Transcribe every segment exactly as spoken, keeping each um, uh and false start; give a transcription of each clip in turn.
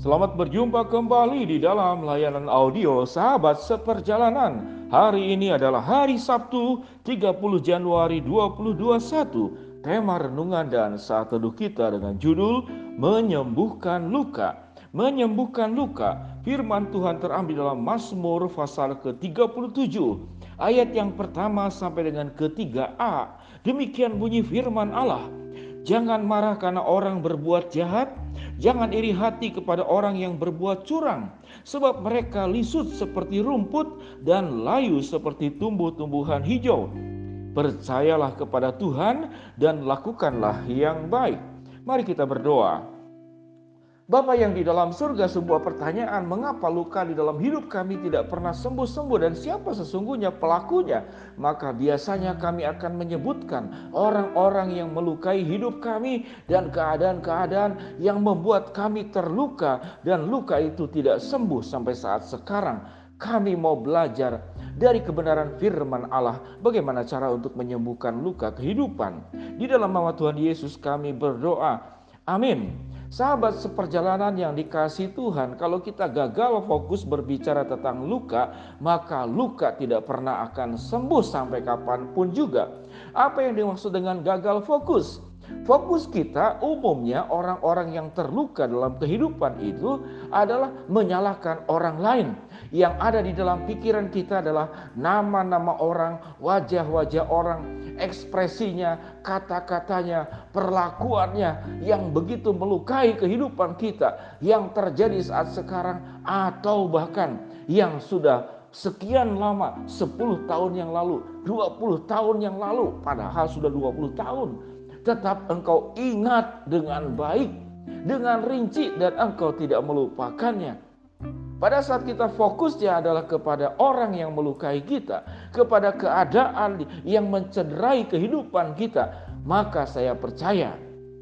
Selamat berjumpa kembali di dalam layanan audio Sahabat Seperjalanan. Hari ini adalah hari Sabtu tiga puluh Januari dua ribu dua puluh satu. Tema renungan dan saat teduh kita dengan judul Menyembuhkan Luka. Menyembuhkan luka. Firman Tuhan terambil dalam Mazmur pasal ke tiga puluh tujuh. Ayat yang pertama sampai dengan ketiga A. Demikian bunyi firman Allah. Jangan marah karena orang berbuat jahat. Jangan iri hati kepada orang yang berbuat curang, sebab mereka lisut seperti rumput dan layu seperti tumbuh-tumbuhan hijau. Percayalah kepada Tuhan dan lakukanlah yang baik. Mari kita berdoa. Bapa yang di dalam surga, sebuah pertanyaan, mengapa luka di dalam hidup kami tidak pernah sembuh-sembuh dan siapa sesungguhnya pelakunya? Maka biasanya kami akan menyebutkan orang-orang yang melukai hidup kami dan keadaan-keadaan yang membuat kami terluka dan luka itu tidak sembuh sampai saat sekarang. Kami mau belajar dari kebenaran firman Allah, bagaimana cara untuk menyembuhkan luka kehidupan. Di dalam nama Tuhan Yesus kami berdoa. Amin. Sahabat seperjalanan yang dikasihi Tuhan, kalau kita gagal fokus berbicara tentang luka, maka luka tidak pernah akan sembuh sampai kapanpun juga. Apa yang dimaksud dengan gagal fokus? Fokus kita umumnya orang-orang yang terluka dalam kehidupan itu adalah menyalahkan orang lain. Yang ada di dalam pikiran kita adalah nama-nama orang, wajah-wajah orang, ekspresinya, kata-katanya, perlakuannya yang begitu melukai kehidupan kita yang terjadi saat sekarang atau bahkan yang sudah sekian lama, sepuluh tahun yang lalu, dua puluh tahun yang lalu, padahal sudah dua puluh tahun. Tetap engkau ingat dengan baik, dengan rinci, dan engkau tidak melupakannya. Pada saat kita fokusnya adalah kepada orang yang melukai kita, kepada keadaan yang mencederai kehidupan kita, maka saya percaya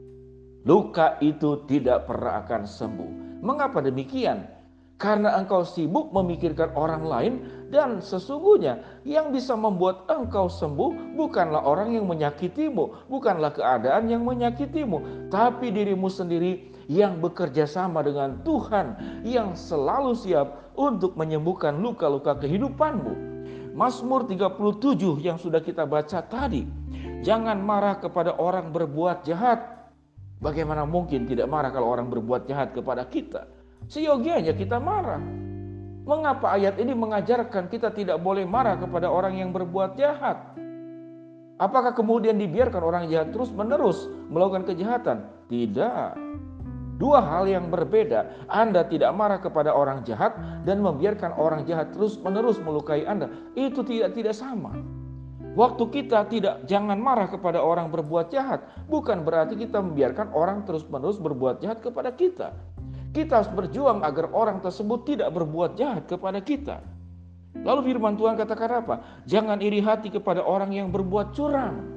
luka itu tidak pernah akan sembuh. Mengapa demikian? Karena engkau sibuk memikirkan orang lain, dan sesungguhnya yang bisa membuat engkau sembuh bukanlah orang yang menyakitimu, bukanlah keadaan yang menyakitimu, tapi dirimu sendiri yang bekerja sama dengan Tuhan, yang selalu siap untuk menyembuhkan luka-luka kehidupanmu. Mazmur tiga puluh tujuh yang sudah kita baca tadi. Jangan marah kepada orang berbuat jahat. Bagaimana mungkin tidak marah kalau orang berbuat jahat kepada kita? Seyogianya kita marah. Mengapa ayat ini mengajarkan kita tidak boleh marah kepada orang yang berbuat jahat? Apakah kemudian dibiarkan orang jahat terus menerus melakukan kejahatan? Tidak. Dua hal yang berbeda. Anda tidak marah kepada orang jahat dan membiarkan orang jahat terus menerus melukai Anda. Itu tidak tidak sama. Waktu kita tidak jangan marah kepada orang berbuat jahat, bukan berarti kita membiarkan orang terus menerus berbuat jahat kepada kita. Kita harus berjuang agar orang tersebut tidak berbuat jahat kepada kita. Lalu firman Tuhan katakan apa? Jangan iri hati kepada orang yang berbuat curang.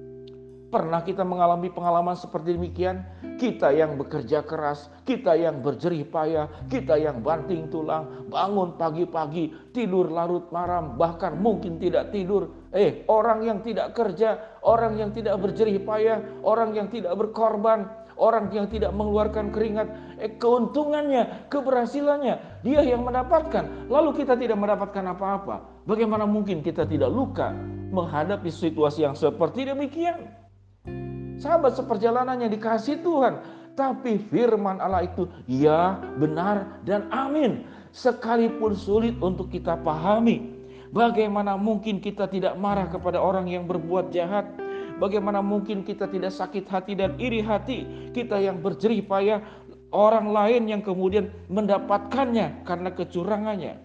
Pernah kita mengalami pengalaman seperti demikian? Kita yang bekerja keras, kita yang berjerih payah, kita yang banting tulang, bangun pagi-pagi, tidur larut malam, bahkan mungkin tidak tidur. Eh, orang yang tidak kerja, orang yang tidak berjerih payah, orang yang tidak berkorban, orang yang tidak mengeluarkan keringat, eh, keuntungannya, keberhasilannya, dia yang mendapatkan. Lalu kita tidak mendapatkan apa-apa. Bagaimana mungkin kita tidak luka menghadapi situasi yang seperti demikian? Sahabat seperjalanan yang dikasihi Tuhan, tapi firman Allah itu ya, benar, dan amin. Sekalipun sulit untuk kita pahami, bagaimana mungkin kita tidak marah kepada orang yang berbuat jahat? Bagaimana mungkin kita tidak sakit hati dan iri hati? Kita yang berjerih payah, orang lain yang kemudian mendapatkannya karena kecurangannya.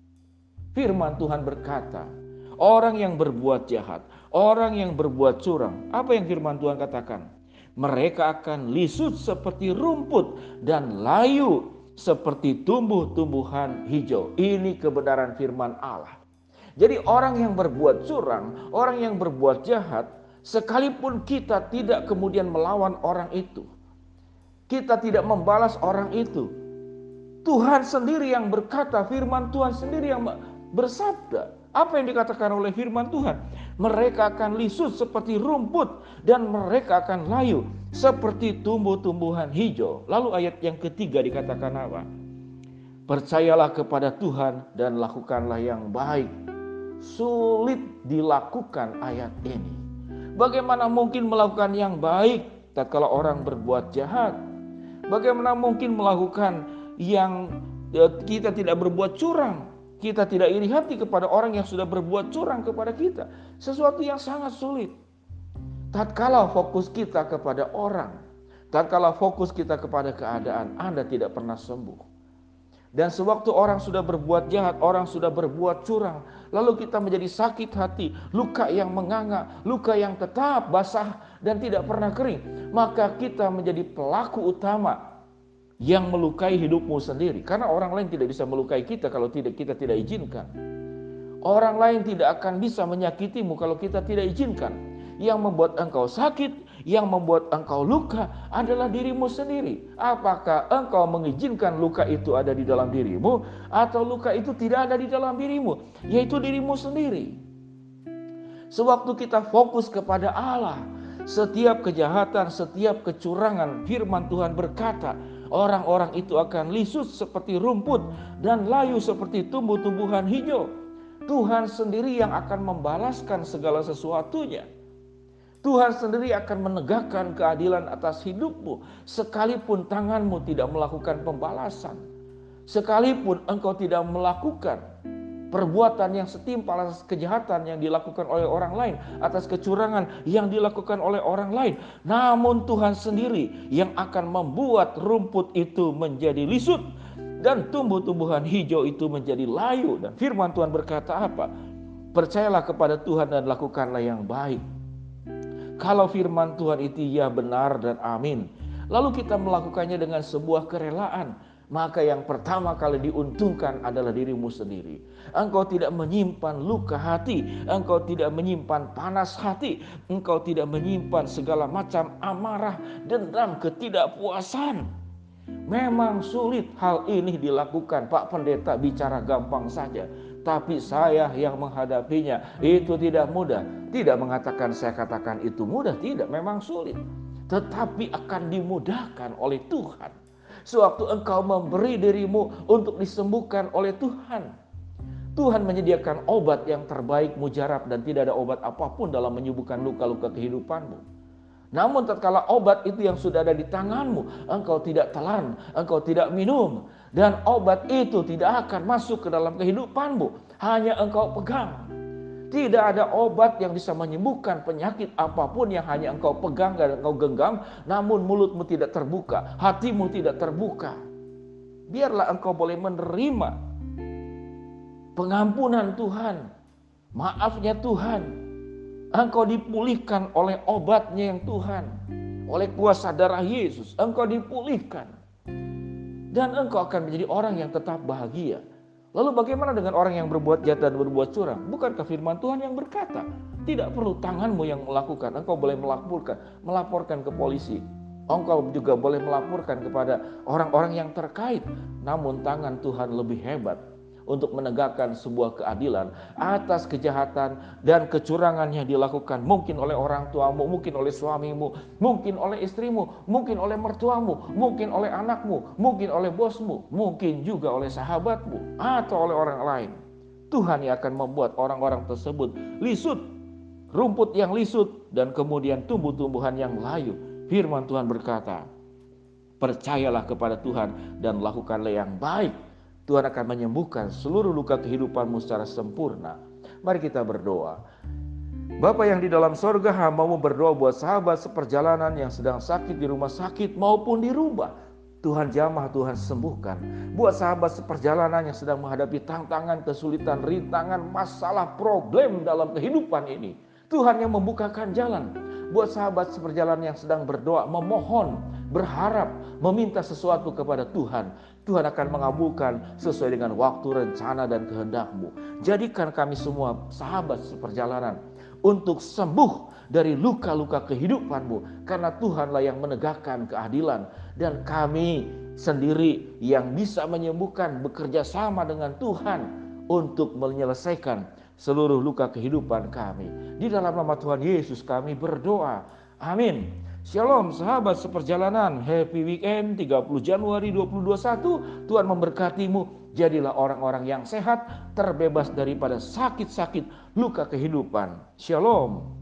Firman Tuhan berkata, orang yang berbuat jahat, orang yang berbuat curang, apa yang firman Tuhan katakan? Mereka akan lisut seperti rumput dan layu seperti tumbuh-tumbuhan hijau. Ini kebenaran firman Allah. Jadi orang yang berbuat curang, orang yang berbuat jahat, sekalipun kita tidak kemudian melawan orang itu, kita tidak membalas orang itu, Tuhan sendiri yang berkata, firman Tuhan sendiri yang bersabda. Apa yang dikatakan oleh firman Tuhan? Mereka akan lisut seperti rumput dan mereka akan layu seperti tumbuh-tumbuhan hijau. Lalu ayat yang ketiga dikatakan apa? Percayalah kepada Tuhan dan lakukanlah yang baik. Sulit dilakukan ayat ini. Bagaimana mungkin melakukan yang baik tatkala orang berbuat jahat? Bagaimana mungkin melakukan yang kita tidak berbuat curang? Kita tidak iri hati kepada orang yang sudah berbuat curang kepada kita. Sesuatu yang sangat sulit. Tatkala fokus kita kepada orang, tatkala fokus kita kepada keadaan, Anda tidak pernah sembuh. Dan sewaktu orang sudah berbuat jahat, orang sudah berbuat curang, lalu kita menjadi sakit hati, luka yang menganga, luka yang tetap basah dan tidak pernah kering, maka kita menjadi pelaku utama yang melukai hidupmu sendiri. Karena orang lain tidak bisa melukai kita kalau tidak kita tidak izinkan. Orang lain tidak akan bisa menyakitimu kalau kita tidak izinkan. Yang membuat engkau sakit, yang membuat engkau luka adalah dirimu sendiri. Apakah engkau mengizinkan luka itu ada di dalam dirimu, atau luka itu tidak ada di dalam dirimu, yaitu dirimu sendiri. Sewaktu kita fokus kepada Allah, setiap kejahatan, setiap kecurangan, firman Tuhan berkata, orang-orang itu akan lisut seperti rumput dan layu seperti tumbuh-tumbuhan hijau. Tuhan sendiri yang akan membalaskan segala sesuatunya. Tuhan sendiri akan menegakkan keadilan atas hidupmu, sekalipun tanganmu tidak melakukan pembalasan. Sekalipun engkau tidak melakukan perbuatan yang setimpal atas kejahatan yang dilakukan oleh orang lain, atas kecurangan yang dilakukan oleh orang lain. Namun Tuhan sendiri yang akan membuat rumput itu menjadi lisut dan tumbuh-tumbuhan hijau itu menjadi layu. Dan firman Tuhan berkata apa? Percayalah kepada Tuhan dan lakukanlah yang baik. Kalau firman Tuhan itu ya benar dan amin, lalu kita melakukannya dengan sebuah kerelaan, maka yang pertama kali diuntungkan adalah dirimu sendiri. Engkau tidak menyimpan luka hati, engkau tidak menyimpan panas hati, engkau tidak menyimpan segala macam amarah, dendam, ketidakpuasan. Memang sulit hal ini dilakukan. Pak Pendeta bicara gampang saja, tapi saya yang menghadapinya itu tidak mudah. Tidak mengatakan saya katakan itu mudah, tidak, memang sulit. Tetapi akan dimudahkan oleh Tuhan. Sewaktu engkau memberi dirimu untuk disembuhkan oleh Tuhan. Tuhan menyediakan obat yang terbaik, mujarab, dan tidak ada obat apapun dalam menyembuhkan luka-luka kehidupanmu. Namun tatkala obat itu yang sudah ada di tanganmu, engkau tidak telan, engkau tidak minum, dan obat itu tidak akan masuk ke dalam kehidupanmu, hanya engkau pegang. Tidak ada obat yang bisa menyembuhkan penyakit apapun yang hanya engkau pegang dan engkau genggam, namun mulutmu tidak terbuka, hatimu tidak terbuka. Biarlah engkau boleh menerima pengampunan Tuhan, maafnya Tuhan. Engkau dipulihkan oleh obatnya yang Tuhan, oleh kuasa darah Yesus. Engkau dipulihkan dan engkau akan menjadi orang yang tetap bahagia. Lalu bagaimana dengan orang yang berbuat jahat dan berbuat curang? Bukankah firman Tuhan yang berkata, tidak perlu tanganmu yang melakukan, engkau boleh melaporkan, melaporkan ke polisi. Engkau juga boleh melaporkan kepada orang-orang yang terkait. Namun tangan Tuhan lebih hebat untuk menegakkan sebuah keadilan atas kejahatan dan kecurangan yang dilakukan mungkin oleh orang tuamu, mungkin oleh suamimu, mungkin oleh istrimu, mungkin oleh mertuamu, mungkin oleh anakmu, mungkin oleh bosmu, mungkin juga oleh sahabatmu atau oleh orang lain. Tuhan yang akan membuat orang-orang tersebut lisut, rumput yang lisut dan kemudian tumbuh-tumbuhan yang layu. Firman Tuhan berkata, percayalah kepada Tuhan dan lakukanlah yang baik. Tuhan akan menyembuhkan seluruh luka kehidupanmu secara sempurna. Mari kita berdoa. Bapa yang di dalam sorga, hamba-Mu berdoa buat sahabat seperjalanan yang sedang sakit di rumah sakit maupun di rumah. Tuhan jamah, Tuhan sembuhkan. Buat sahabat seperjalanan yang sedang menghadapi tantangan, kesulitan, rintangan, masalah, problem dalam kehidupan ini, Tuhan yang membukakan jalan. Buat sahabat seperjalanan yang sedang berdoa, memohon, berharap, meminta sesuatu kepada Tuhan, Tuhan akan mengabulkan sesuai dengan waktu, rencana, dan kehendak-Mu. Jadikan kami semua sahabat seperjalanan untuk sembuh dari luka-luka kehidupan-Mu, karena Tuhanlah yang menegakkan keadilan, dan kami sendiri yang bisa menyembuhkan, bekerja sama dengan Tuhan untuk menyelesaikan seluruh luka kehidupan kami. Di dalam nama Tuhan Yesus kami berdoa. Amin. Shalom sahabat seperjalanan, happy weekend tiga puluh Januari dua ribu dua puluh satu. Tuhan memberkatimu, jadilah orang-orang yang sehat, terbebas daripada sakit-sakit luka kehidupan. Shalom.